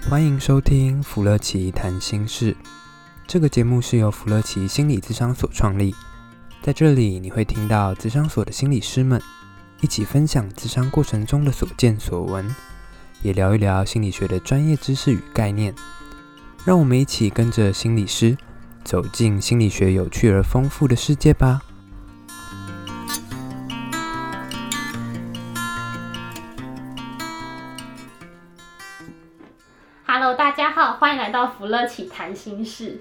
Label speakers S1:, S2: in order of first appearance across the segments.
S1: 欢迎收听福乐奇谈心事。这个节目是由福乐奇心理咨商所创立，在这里你会听到咨商所的心理师们一起分享咨商过程中的所见所闻，也聊一聊心理学的专业知识与概念。让我们一起跟着心理师走进心理学有趣而丰富的世界吧。
S2: Hello， 大家好，欢迎来到福乐奇谈心事。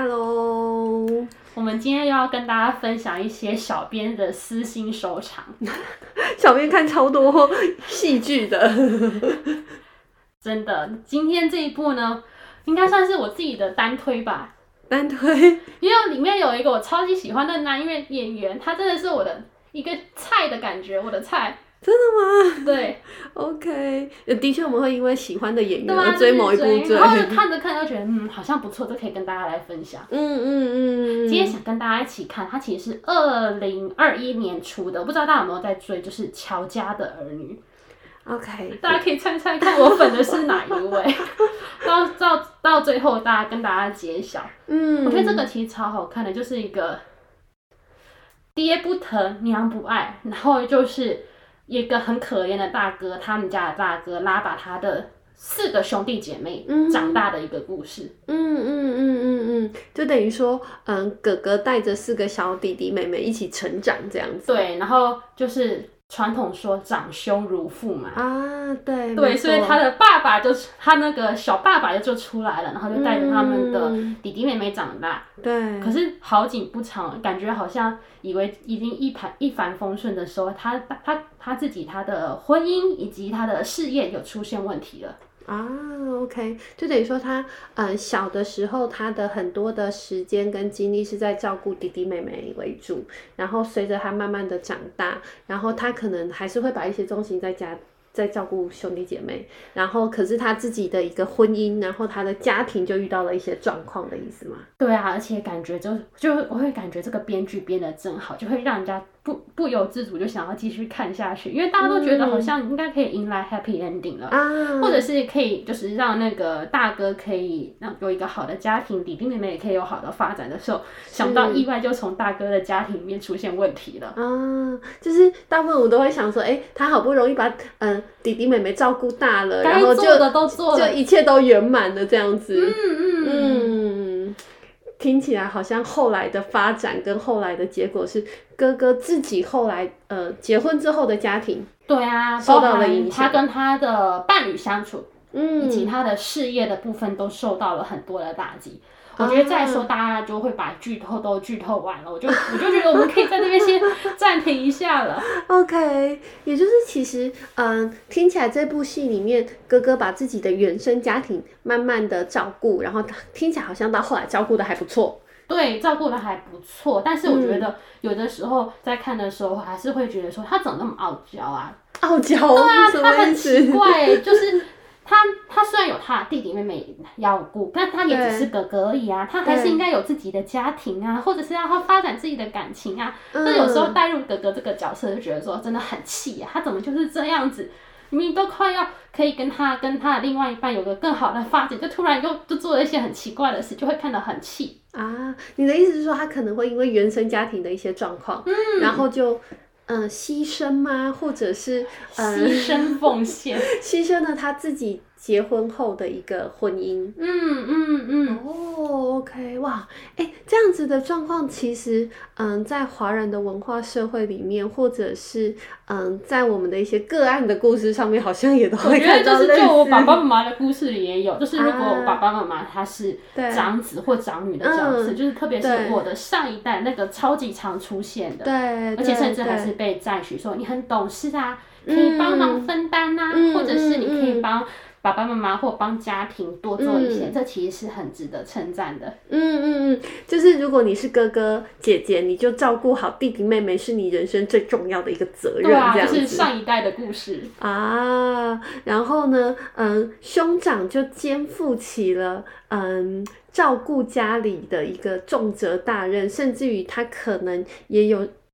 S3: Hello，
S2: 我们今天又要跟大家分享一些小编的私心收藏。
S3: 小编看超多戏剧的，
S2: 真的，今天这一部呢，应该算是我自己的单推吧。
S3: 单推，
S2: 因为里面有一个我超级喜欢的男演员，他真的是我的一个菜的感觉，我的菜。
S3: 真的吗？
S2: 对
S3: ，OK， 的确我们会因为喜欢的演员而追某一部追，
S2: 然后就看着看着就觉得好像不错，这可以跟大家来分享。今天想跟大家一起看，它其实是2021年出的，我不知道大家有没有在追，就是《乔家的儿女》。
S3: OK，
S2: 大家可以猜猜看我粉的是哪一位？到最后大家跟大家揭晓。我觉得这个其实超好看的，就是一个爹不疼娘不爱，然后就是一个很可怜的大哥，他们家的大哥拉拔他的4个兄弟姐妹长大的一个故事。
S3: 就等于说，哥哥带着4个小弟弟妹妹一起成长这样子。
S2: 对，然后就是传统说长兄如父嘛。
S3: 啊，对，
S2: 对，所以他的爸爸他那个小爸爸就出来了，然后就带着他们的弟弟妹妹长大。
S3: 对。
S2: 可是好景不长，感觉好像以为已经一帆风顺的时候，他自己他的婚姻以及他的事业有出现问题了。
S3: OK， 就等于说他小的时候，他的很多的时间跟精力是在照顾弟弟妹妹为主，然后随着他慢慢的长大，然后他可能还是会把一些重心在照顾兄弟姐妹，然后可是他自己的一个婚姻，然后他的家庭就遇到了一些状况的意思吗？
S2: 对啊，而且感觉我会感觉这个编剧编得真好，就会让人家不由自主就想要继续看下去，因为大家都觉得好像应该可以迎来 happy ending 了，或者是可以就是让那个大哥可以有一个好的家庭，弟弟妹妹也可以有好的发展的时候，想到意外就从大哥的家庭里面出现问题了。
S3: 就是大部分我都会想说，他好不容易把弟弟妹妹照顾大了，然后
S2: 该做的都做了，
S3: 就一切都圆满了这样子。听起来好像后来的发展跟后来的结果是哥哥自己后来结婚之后的家庭，
S2: 对啊，
S3: 受到了影响，
S2: 他跟他的伴侣相处，以及他的事业的部分都受到了很多的打击。我觉得再说大家就会把剧透都剧透完了，我就觉得我们可以在这边先暂停一下了。
S3: OK， 也就是其实听起来这部戏里面哥哥把自己的原生家庭慢慢的照顾，然后听起来好像到后来照顾的还不错。
S2: 对，照顾的还不错，但是我觉得有的时候在看的时候还是会觉得说他怎么那么傲娇啊？
S3: 傲娇？
S2: 对啊，他很
S3: 奇
S2: 怪就是他虽然有他的弟弟妹妹要顾，但他也只是哥哥而已啊，他还是应该有自己的家庭啊，或者是让他发展自己的感情啊。那有时候带入哥哥这个角色，就觉得说真的很气啊，他怎么就是这样子？明明都快要可以跟他的另外一半有个更好的发展，就突然就做了一些很奇怪的事，就会看得很气
S3: 啊。你的意思是说，他可能会因为原生家庭的一些状况，然后就牺牲吗？或者是
S2: 牺牲奉献，
S3: 牺牲了他自己结婚后的一个婚姻。OK， 哇，这样子的状况其实，在华人的文化社会里面，或者是在我们的一些个案的故事上面，好像也都会看到类似。
S2: 我觉得就我爸爸妈妈的故事里也有，就是如果我爸爸妈妈他是长子或长女的角色，就是特别是我的上一代那个超级常出现的，
S3: 对，
S2: 而且甚至还是被赞许说你很懂事啊，可以帮忙分担啊，或者是你可以帮爸爸妈妈或帮家庭多做一些，这其实是很值得称赞的。
S3: 就是如果你是哥哥姐姐，你就照顾好弟弟妹妹，是你人生最重要的一个责任。
S2: 对啊，
S3: 这样子
S2: 就是上一代的故事
S3: 啊。然后呢，兄长就肩负起了照顾家里的一个重责大任，甚至于他可能也有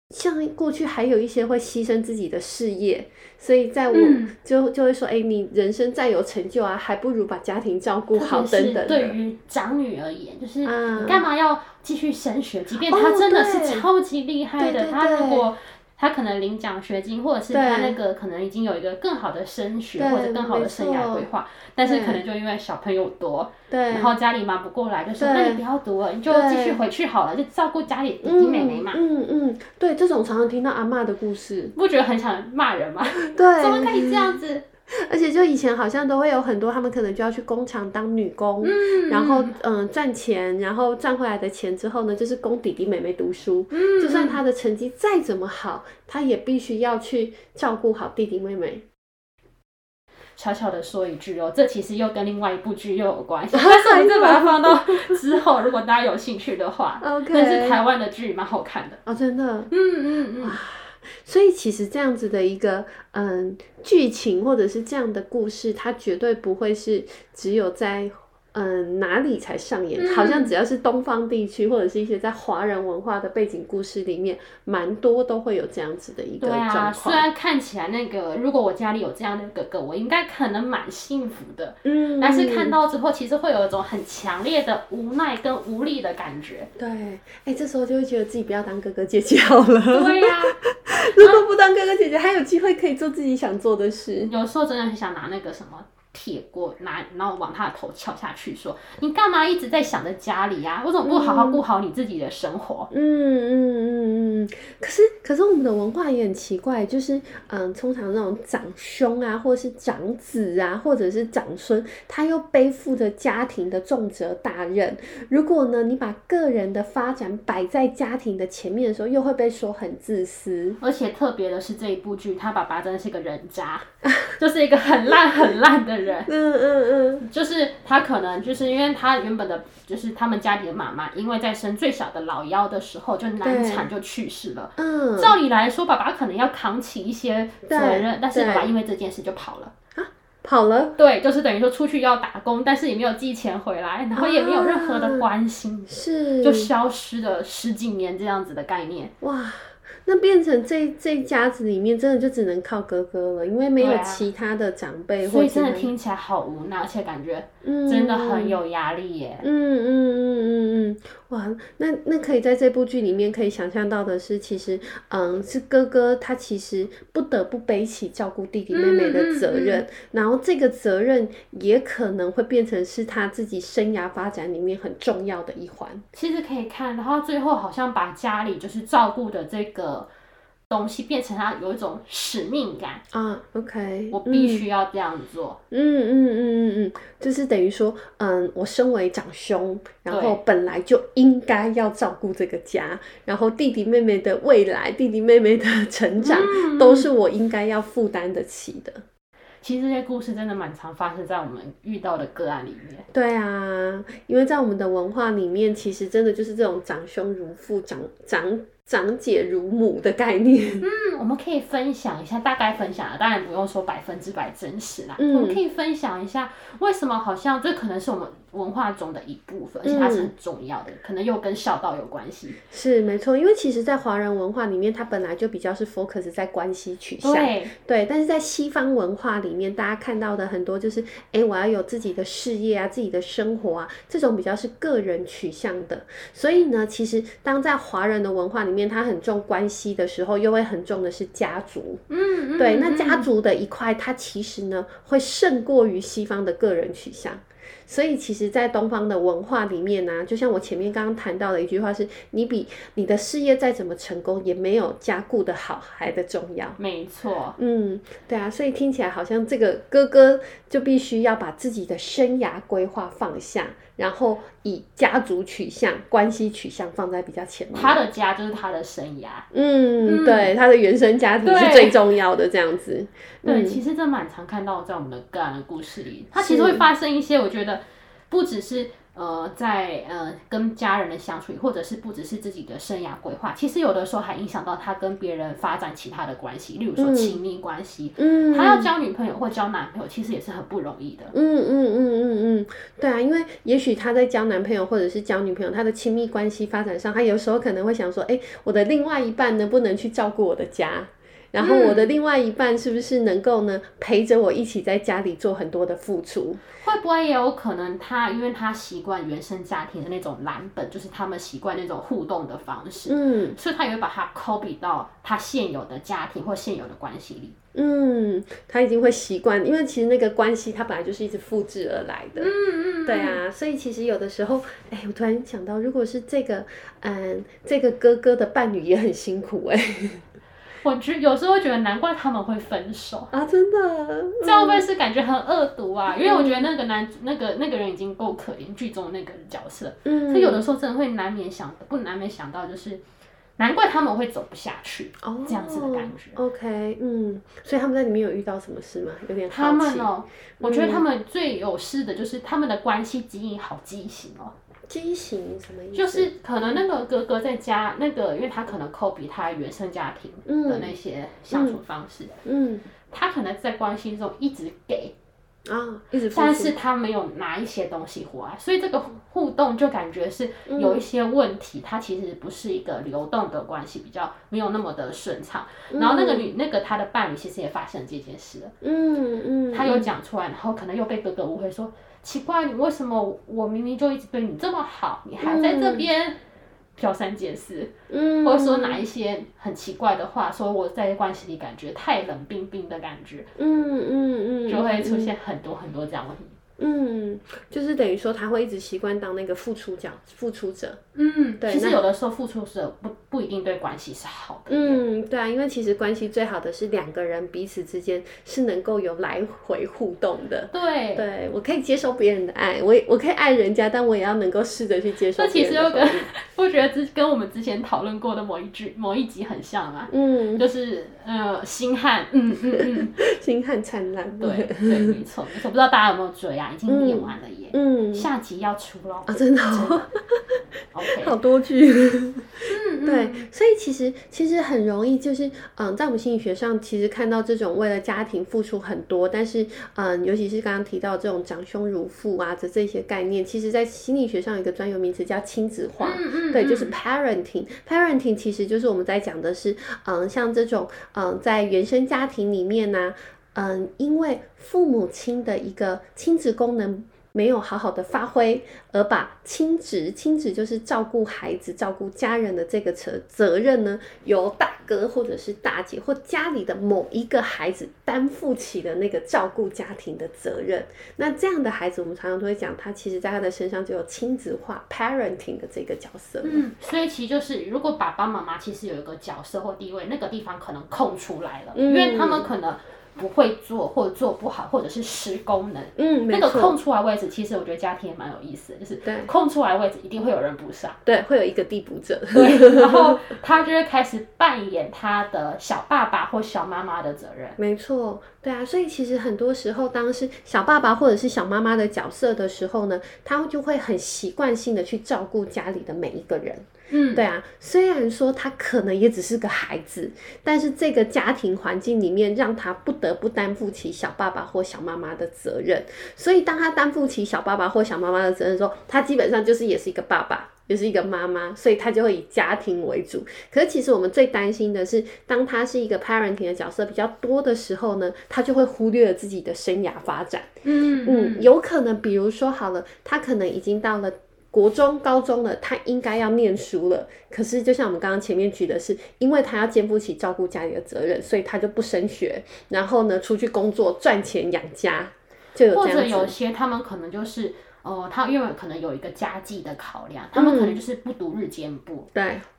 S3: 像过去还有一些会牺牲自己的事业，所以在我就会说，你人生再有成就啊，还不如把家庭照顾好等等的。
S2: 对于长女而言，就是你干嘛要继续升学？即便她真的是超级厉害的，她如果他可能领奖学金，或者是他那个可能已经有一个更好的升学或者更好的生涯规划，但是可能就因为小朋友多，然后家里忙不过来，就说那你不要读了，你就继续回去好了，就照顾家里弟弟妹妹嘛。
S3: 对，这种常常听到阿嬷的故事，
S2: 不觉得很想骂人吗？
S3: 对，
S2: 怎么可以这样子？
S3: 而且就以前好像都会有很多，他们可能就要去工厂当女工，然后赚钱，然后赚回来的钱之后呢，就是供弟弟妹妹读书。就算他的成绩再怎么好，他也必须要去照顾好弟弟妹妹。
S2: 悄悄的说一句这其实又跟另外一部剧又有关系，但是我们再把它放到之后，如果大家有兴趣的话，那是台湾的剧，蛮好看的。
S3: 真的。所以其实这样子的一个剧情或者是这样的故事，它绝对不会是只有在哪里才上演，好像只要是东方地区或者是一些在华人文化的背景故事里面，蛮多都会有这样子的一个状况。
S2: 虽然看起来那个如果我家里有这样的哥哥，我应该可能蛮幸福的，但是看到之后其实会有一种很强烈的无奈跟无力的感觉。
S3: 对，这时候就会觉得自己不要当哥哥姐姐好了。
S2: 对呀，
S3: 如果不当哥哥姐姐，还有机会可以做自己想做的事。
S2: 有时候真的很想拿那个什么铁锅然后往他的头敲下去，说你干嘛一直在想着家里啊？为什么不好好顾好你自己的生活？
S3: 可是我们的文化也很奇怪，就是通常那种长兄啊，或是长子啊，或者是长孙，他又背负着家庭的重责大任。如果呢，你把个人的发展摆在家庭的前面的时候，又会被说很自私。
S2: 而且特别的是这一部剧，他爸爸真的是个人渣，就是一个很烂很烂的人。就是他可能就是因为他原本的就是他们家里的妈妈，因为在生最小的老幺的时候就难产就去世了。照理来说爸爸可能要扛起一些责任，但是爸爸因为这件事就跑了。
S3: 跑了？
S2: 对，就是等于说出去要打工，但是也没有寄钱回来，然后也没有任何的关心，就消失了10几年这样子的概念。
S3: 哇，那变成这家子里面真的就只能靠哥哥了，因为没有其他的长辈，
S2: 所以真的听起来好无奈，而且感觉真的很有压力耶。
S3: 哇，那可以在这部剧里面可以想象到的是，其实是哥哥他其实不得不背起照顾弟弟妹妹的责任，然后这个责任也可能会变成是他自己生涯发展里面很重要的一环。
S2: 其实可以看，然后最后好像把家里就是照顾的这个东西变成他有一种使命感
S3: OK，
S2: 我必须要这样做。
S3: 就是等于说，我身为长兄，然后本来就应该要照顾这个家，然后弟弟妹妹的未来、弟弟妹妹的成长，都是我应该要负担得起的。
S2: 其实这些故事真的蛮常发生在我们遇到的个案里面。
S3: 对啊，因为在我们的文化里面，其实真的就是这种长兄如父、长姐如母的概念。
S2: 我们可以分享一下，大概分享了，当然不用说100%真实啦。我们可以分享一下，为什么好像这可能是我们文化中的一部分，而且它是很重要的，可能又跟孝道有关系。是
S3: 没错，因为其实在华人文化里面，它本来就比较是 focus 在关系取向，对，但是在西方文化里面，大家看到的很多就是我要有自己的事业啊，自己的生活啊，这种比较是个人取向的。所以呢，其实当在华人的文化里面，它很重关系的时候，又会很重的是家族。对，那家族的一块，它其实呢会胜过于西方的个人取向。所以其实在东方的文化里面啊，就像我前面刚刚谈到的一句话是，你比你的事业再怎么成功，也没有家顾得好来的重要。
S2: 没错。
S3: 对啊，所以听起来好像这个哥哥就必须要把自己的生涯规划放下，然后以家族取向、关系取向放在比较前面。
S2: 他的家就是他的生涯。
S3: 对，他的原生家庭是最重要的这样子。
S2: 对，其实这蛮常看到在我们的个案的故事里，它其实会发生一些，我觉得不只是在跟家人的相处，或者是不只是自己的生涯规划，其实有的时候还影响到他跟别人发展其他的关系，例如说亲密关系，他要交女朋友或交男朋友，其实也是很不容易的。
S3: 对啊，因为也许他在交男朋友或者是交女朋友，他的亲密关系发展上，他有时候可能会想说，我的另外一半能不能去照顾我的家？然后我的另外一半是不是能够呢陪着我一起在家里做很多的付出？
S2: 会不会也有可能因为他习惯原生家庭的那种蓝本，就是他们习惯那种互动的方式，所以他也会把它 copy 到他现有的家庭或现有的关系里。
S3: 他已经会习惯，因为其实那个关系它本来就是一直复制而来的。对啊，所以其实有的时候，我突然想到，如果是这个哥哥的伴侣也很辛苦
S2: 我有时候会觉得难怪他们会分手
S3: 啊，真的，
S2: 这样会不会是感觉很恶毒啊？因为我觉得那个人已经够可怜，剧中那个角色，所以有的时候真的会难免想到，就是难怪他们会走不下去，这样子的感觉。
S3: OK， 所以他们在里面有遇到什么事吗？有点好奇。
S2: 他们我觉得他们最有事的就是他们的关系经营好畸形
S3: 畸形什么意思？
S2: 就是可能那个哥哥在家因为他可能copy他原生家庭的那些相处方式，他可能在关系中一直给
S3: 一直付出，
S2: 但是他没有拿一些东西回来，所以这个互动就感觉是有一些问题，它其实不是一个流动的关系，比较没有那么的顺畅。然后那个他的伴侣其实也发现这件事了，他有讲出来，然后可能又被哥哥误会说。奇怪，你为什么我明明就一直对你这么好，你还在这边挑三拣四，或者说哪一些很奇怪的话，说我在关系里感觉太冷冰冰的感觉，就会出现很多很多这样的问题。
S3: 就是等于说他会一直习惯当那个付出者。对，
S2: 其实有的时候付出者不一定对关系是好的。
S3: 对啊，因为其实关系最好的是两个人彼此之间是能够有来回互动的。对，我可以接受别人的爱，我可以爱人家，但我也要能够试着去接受别人的回应。这其实
S2: 我觉得跟我们之前讨论过的某一集很像啊。就是星汉，
S3: 星汉灿烂。
S2: 对，没错。不知道大家有没有追啊？已经演完了耶。下集要出咯。
S3: 真的
S2: OK，
S3: 好多剧。对，所以其实很容易就是在我们心理学上，其实看到这种为了家庭付出很多，但是尤其是刚刚提到这种长兄如父啊的这些概念，其实在心理学上有一个专有名词叫亲子化。对，就是 parenting 其实就是我们在讲的是像这种在原生家庭里面呢因为父母亲的一个亲子功能没有好好的发挥，而把亲职就是照顾孩子、照顾家人的这个责任呢，由大哥或者是大姐或家里的某一个孩子担负起了那个照顾家庭的责任。那这样的孩子，我们常常都会讲，他其实在他的身上就有亲子化 parenting 的这个角色。
S2: 所以其实就是如果爸爸妈妈其实有一个角色或地位，那个地方可能空出来了，因为他们可能不会做或者做不好，或者是失功能。那个空出来位置，其实我觉得家庭也蛮有意思的，就是空出来位置一定会有人补上，
S3: 对，会有一个递补者，
S2: 对，然后他就会开始扮演他的小爸爸或小妈妈的责任。
S3: 没错，对啊，所以其实很多时候，当是小爸爸或者是小妈妈的角色的时候呢，他就会很习惯性的去照顾家里的每一个人。对啊，虽然说他可能也只是个孩子，但是这个家庭环境里面让他不得不担负起小爸爸或小妈妈的责任，所以当他担负起小爸爸或小妈妈的责任的时候，他基本上就是也是一个爸爸，也是一个妈妈，所以他就会以家庭为主。可是其实我们最担心的是，当他是一个 parenting 的角色比较多的时候呢，他就会忽略了自己的生涯发展。有可能比如说好了，他可能已经到了国中、高中了，他应该要念书了，可是就像我们刚刚前面举的是，因为他要肩负起照顾家里的责任，所以他就不升学，然后呢出去工作赚钱养家，就有这样子。
S2: 或者有些他们可能就是他因为可能有一个家计的考量，他们可能就是不读日间部，
S3: 对，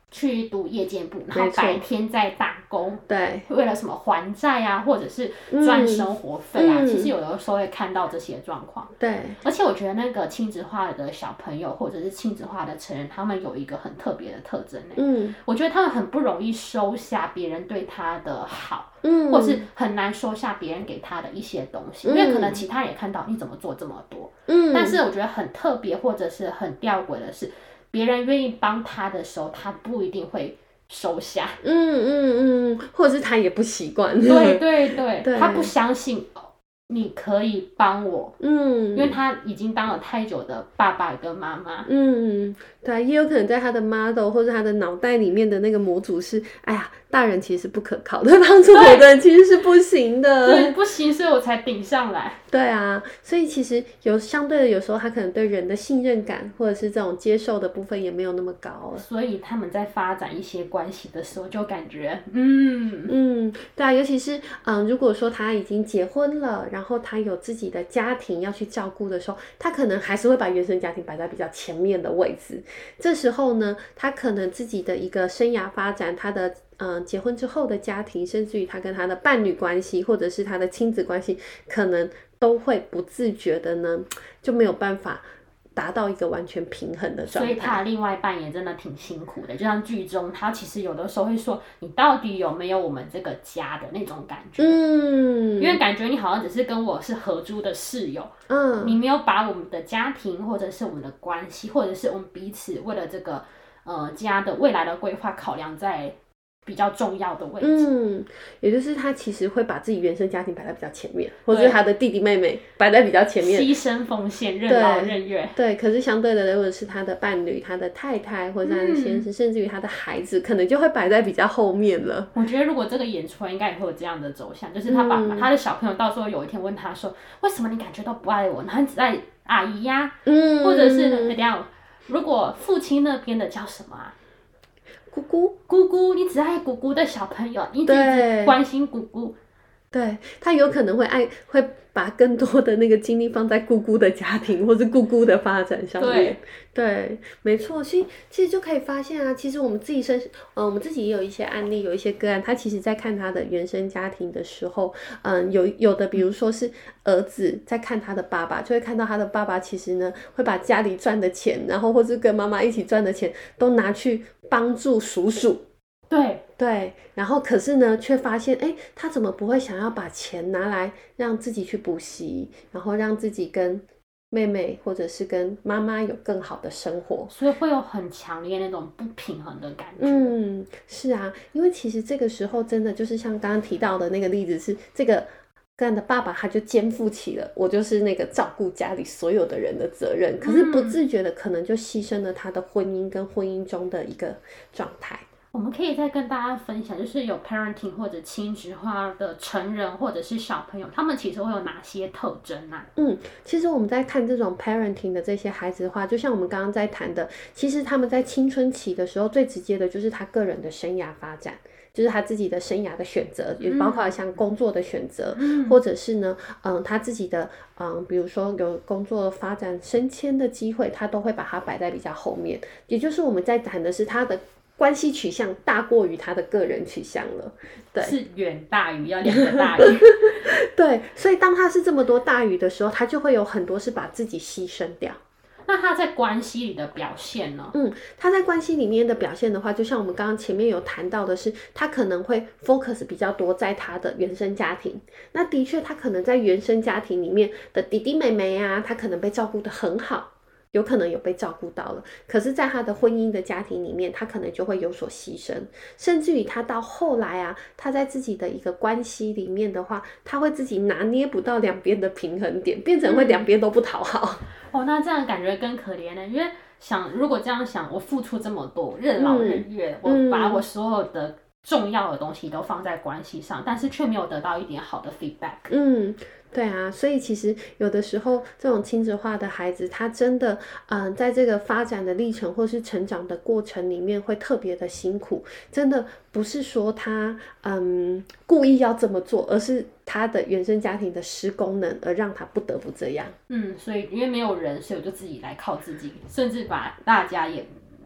S2: 去读夜间部，然后白天在打工，
S3: 对，
S2: 为了什么还债啊，或者是赚生活费啊，其实有的时候会看到这些状况。
S3: 对，
S2: 而且我觉得那个亲子化的小朋友或者是亲子化的成人，他们有一个很特别的特征我觉得他们很不容易收下别人对他的好，或是很难收下别人给他的一些东西，因为可能其他人也看到你怎么做这么多，但是我觉得很特别或者是很吊诡的是，别人愿意帮他的时候，他不一定会收下，
S3: 或者是他也不习惯，
S2: 对对对，他不相信你可以帮我，因为他已经当了太久的爸爸跟妈妈，
S3: 对，也有可能在他的 model 或者他的脑袋里面的那个模组是，哎呀，大人其实是不可靠的，帮助我的人其实是不行的，
S2: 对，不行，所以我才顶上来。
S3: 对啊，所以其实相对的，有时候他可能对人的信任感或者是这种接受的部分也没有那么高，
S2: 所以他们在发展一些关系的时候，就感觉，
S3: 对啊，尤其是如果说他已经结婚了，然后他有自己的家庭要去照顾的时候，他可能还是会把原生家庭摆在比较前面的位置。这时候呢，他可能自己的一个生涯发展，他的结婚之后的家庭，甚至于他跟他的伴侣关系，或者是他的亲子关系，可能都会不自觉的呢，就没有办法达到一个完全平衡的状态。
S2: 所以他的另外一半也真的挺辛苦的，就像剧中他其实有的时候会说，你到底有没有我们这个家的那种感觉，因为感觉你好像只是跟我是合租的室友，你没有把我们的家庭或者是我们的关系，或者是我们彼此为了这个家的未来的规划考量在比较重要的位置，
S3: 也就是他其实会把自己原生家庭摆在比较前面，或者是他的弟弟妹妹摆在比较前面，
S2: 牺牲奉献，任劳任怨。
S3: 对，可是相对的，如果是他的伴侣、他的太太或者他的先生，甚至于他的孩子，可能就会摆在比较后面了。
S2: 我觉得如果这个演出来，应该也会有这样的走向，就是他把他的小朋友到时候有一天问他说，为什么你感觉都不爱我，然后你只爱阿姨呀，或者是怎样？如果父亲那边的叫什么啊？姑姑，你只爱姑姑的小朋友，你只关心姑姑。
S3: 对，他有可能会把更多的那个精力放在姑姑的家庭或是姑姑的发展上面。对，没错。所以其实就可以发现啊，其实我们自己我们自己也有一些案例，有一些个案，他其实在看他的原生家庭的时候，有的比如说是儿子在看他的爸爸，就会看到他的爸爸其实呢会把家里赚的钱，然后或是跟妈妈一起赚的钱都拿去帮助叔叔。对，然后可是呢，却发现，他怎么不会想要把钱拿来让自己去补习，然后让自己跟妹妹或者是跟妈妈有更好的生活，
S2: 所以会有很强烈那种不平衡的感觉。
S3: 是啊，因为其实这个时候真的就是像刚刚提到的那个例子，是这个个案的爸爸他就肩负起了我就是那个照顾家里所有的人的责任，可是不自觉的可能就牺牲了他的婚姻跟婚姻中的一个状态。
S2: 我们可以再跟大家分享，就是有 parenting 或者亲子化的成人或者是小朋友，他们其实会有哪些特征啊？
S3: 其实我们在看这种 parenting 的这些孩子的话，就像我们刚刚在谈的，其实他们在青春期的时候，最直接的就是他个人的生涯发展，就是他自己的生涯的选择，也包括像工作的选择，或者是呢，他自己的比如说有工作发展升迁的机会，他都会把它摆在比较后面，也就是我们在谈的是他的关系取向大过于他的个人取向了，对，
S2: 是远大于要两个大于
S3: 对，所以当他是这么多大于的时候，他就会有很多是把自己牺牲掉。
S2: 那他在关系里的表现呢？
S3: 他在关系里面的表现的话，就像我们刚刚前面有谈到的是，他可能会 focus 比较多在他的原生家庭。那的确，他可能在原生家庭里面的弟弟妹妹啊，他可能被照顾得很好。有可能有被照顾到了，可是在他的婚姻的家庭里面，他可能就会有所牺牲，甚至于他到后来啊，他在自己的一个关系里面的话，他会自己拿捏不到两边的平衡点，变成会两边都不讨好。
S2: 那这样感觉更可怜了，因为如果这样想，我付出这么多，任劳任怨，我把我所有的重要的东西都放在关系上，但是却没有得到一点好的 feedback。
S3: 对啊，所以其实有的时候这种亲子化的孩子，他真的在这个发展的历程或是成长的过程里面会特别的辛苦，真的不是说他故意要这么做，而是他的原生家庭的失功能而让他不得不这样。
S2: 所以因为没有人，所以我就自己来靠自己，甚至把大家也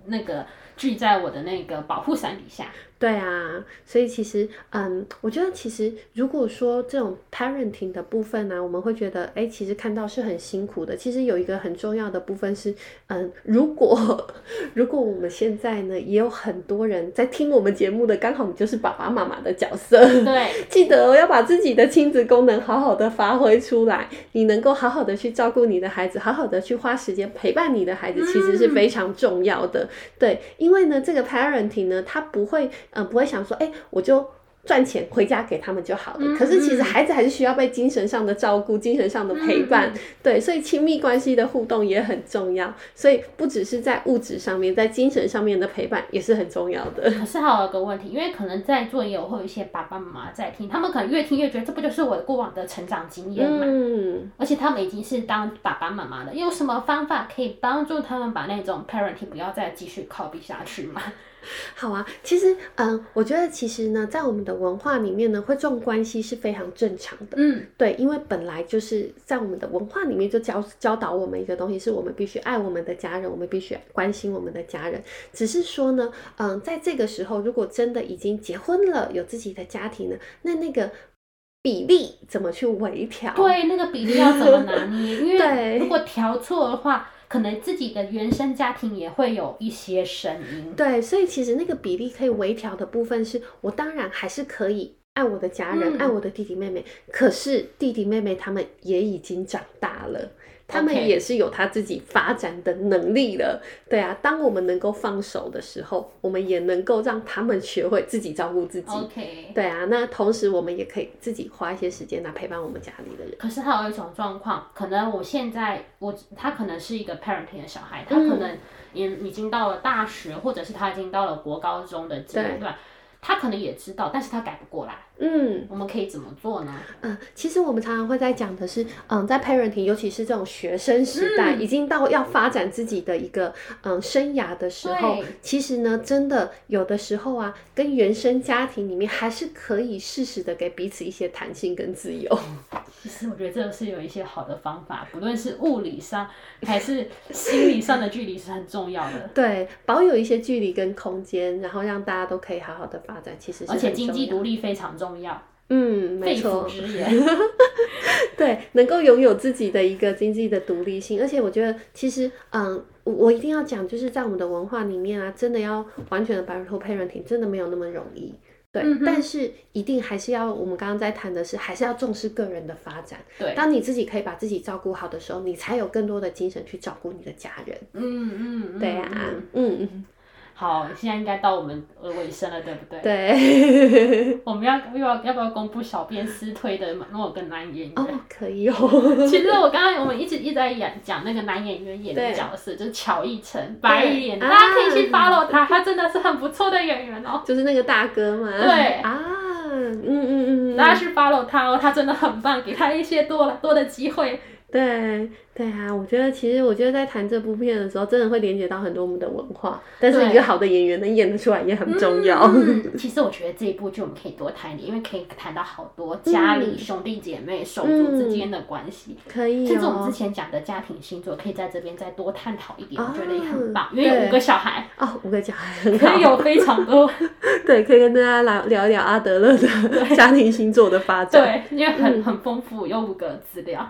S2: 那个聚在我的那个保护伞底下。
S3: 对啊，所以其实，我觉得其实如果说这种 parenting 的部分呢，我们会觉得，其实看到是很辛苦的。其实有一个很重要的部分是，如果我们现在呢，也有很多人在听我们节目的，刚好你就是爸爸妈妈的角色，
S2: 对，
S3: 记得要把自己的亲子功能好好的发挥出来，你能够好好的去照顾你的孩子，好好的去花时间陪伴你的孩子，其实是非常重要的。对，因为呢，这个 parenting 呢，他不会想说，我就赚钱回家给他们就好了。可是其实孩子还是需要被精神上的照顾，精神上的陪伴。对，所以亲密关系的互动也很重要。所以不只是在物质上面，在精神上面的陪伴也是很重要的。
S2: 可是还有一个问题，因为可能在座也有会有一些爸爸妈妈在听，他们可能越听越觉得这不就是我的过往的成长经验嘛？而且他们已经是当爸爸妈妈了，有什么方法可以帮助他们把那种 parenting 不要再继续 copy 下去吗？
S3: 好啊，其实我觉得其实呢，在我们的文化里面呢，会重关系是非常正常的。对，因为本来就是在我们的文化里面就教导我们一个东西，是我们必须爱我们的家人，我们必须关心我们的家人。只是说呢，在这个时候，如果真的已经结婚了，有自己的家庭了，那个比例怎么去微调？
S2: 对，那个比例要怎么拿捏？因为如果调错的话，可能自己的原生家庭也会有一些声音。
S3: 对，所以其实那个比例可以微调的部分是，我当然还是可以爱我的家人，爱我的弟弟妹妹，可是弟弟妹妹他们也已经长大了。他们也是有他自己发展的能力了。对啊，当我们能够放手的时候，我们也能够让他们学会自己照顾自己。对啊，那同时我们也可以自己花一些时间来陪伴我们家里的人。
S2: 可是还有一种状况，可能我现在他可能是一个 parenting 的小孩，他可能已经到了大学，或者是他已经到了国高中的阶段，他可能也知道，但是他改不过来。我们可以怎么做呢？
S3: 其实我们常常会在讲的是，在 parenting， 尤其是这种学生时代，已经到要发展自己的一个生涯的时候，其实呢，真的有的时候啊，跟原生家庭里面还是可以适时的给彼此一些弹性跟自由。
S2: 其实我觉得这个是有一些好的方法，不论是物理上还是心理上的距离是很重要的。
S3: 对，保有一些距离跟空间，然后让大家都可以好好的发展，其实是很重要的。
S2: 而且经济独立非常重要。
S3: 没错。
S2: 肺腑之言。
S3: 对，能够拥有自己的一个经济的独立性，而且我觉得其实我一定要讲，就是在我们的文化里面啊，真的要完全的 parenting 真的没有那么容易。对，但是一定还是要，我们刚刚在谈的是，还是要重视个人的发展。
S2: 对，
S3: 当你自己可以把自己照顾好的时候，你才有更多的精神去照顾你的家人。对啊，
S2: 好，现在应该到我们尾声了，对不对？
S3: 对。
S2: 我们要不要公布小编私推的某个男演员？
S3: 可以哦。
S2: 其实我们一直在讲那个男演员演的角色，就是乔逸晨，白脸，大家可以去 follow 他，他真的是很不错的演员哦。
S3: 就是那个大哥嘛。
S2: 对
S3: 啊，
S2: 大家去 follow 他哦，他真的很棒，给他一些多的机会。
S3: 对啊，我觉得在谈这部片的时候，真的会连接到很多我们的文化，但是一个好的演员能演得出来也很重要。
S2: 其实我觉得这一部剧我们可以多谈一点，因为可以谈到好多家里兄弟姐妹手足之间的关系，
S3: 可以
S2: 甚至我们之前讲的家庭星座，可以在这边再多探讨一点，我觉得也很棒，因为有5个小孩
S3: 5个小孩很好，
S2: 可以有非常多
S3: 对，可以跟大家聊一聊阿德勒的家庭星座的发展。
S2: 对，因为很丰富，有5个资料。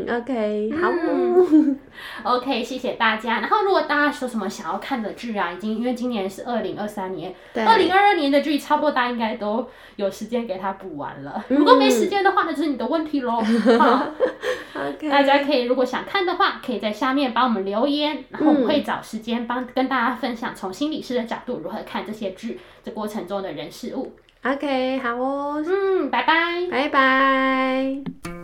S3: OK， 好。
S2: OK， 谢谢大家。然后如果大家说什么想要看的剧啊，因为今年是2023年，2022年的剧差不多大家应该都有时间给它补完了。如果没时间的话，那就是你的问题咯。
S3: OK，
S2: 大家可以如果想看的话，可以在下面帮我们留言，然后我们会找时间跟大家分享从心理师的角度如何看这些剧，这过程中的人事物。
S3: OK， 好哦。
S2: 拜拜。
S3: 拜拜。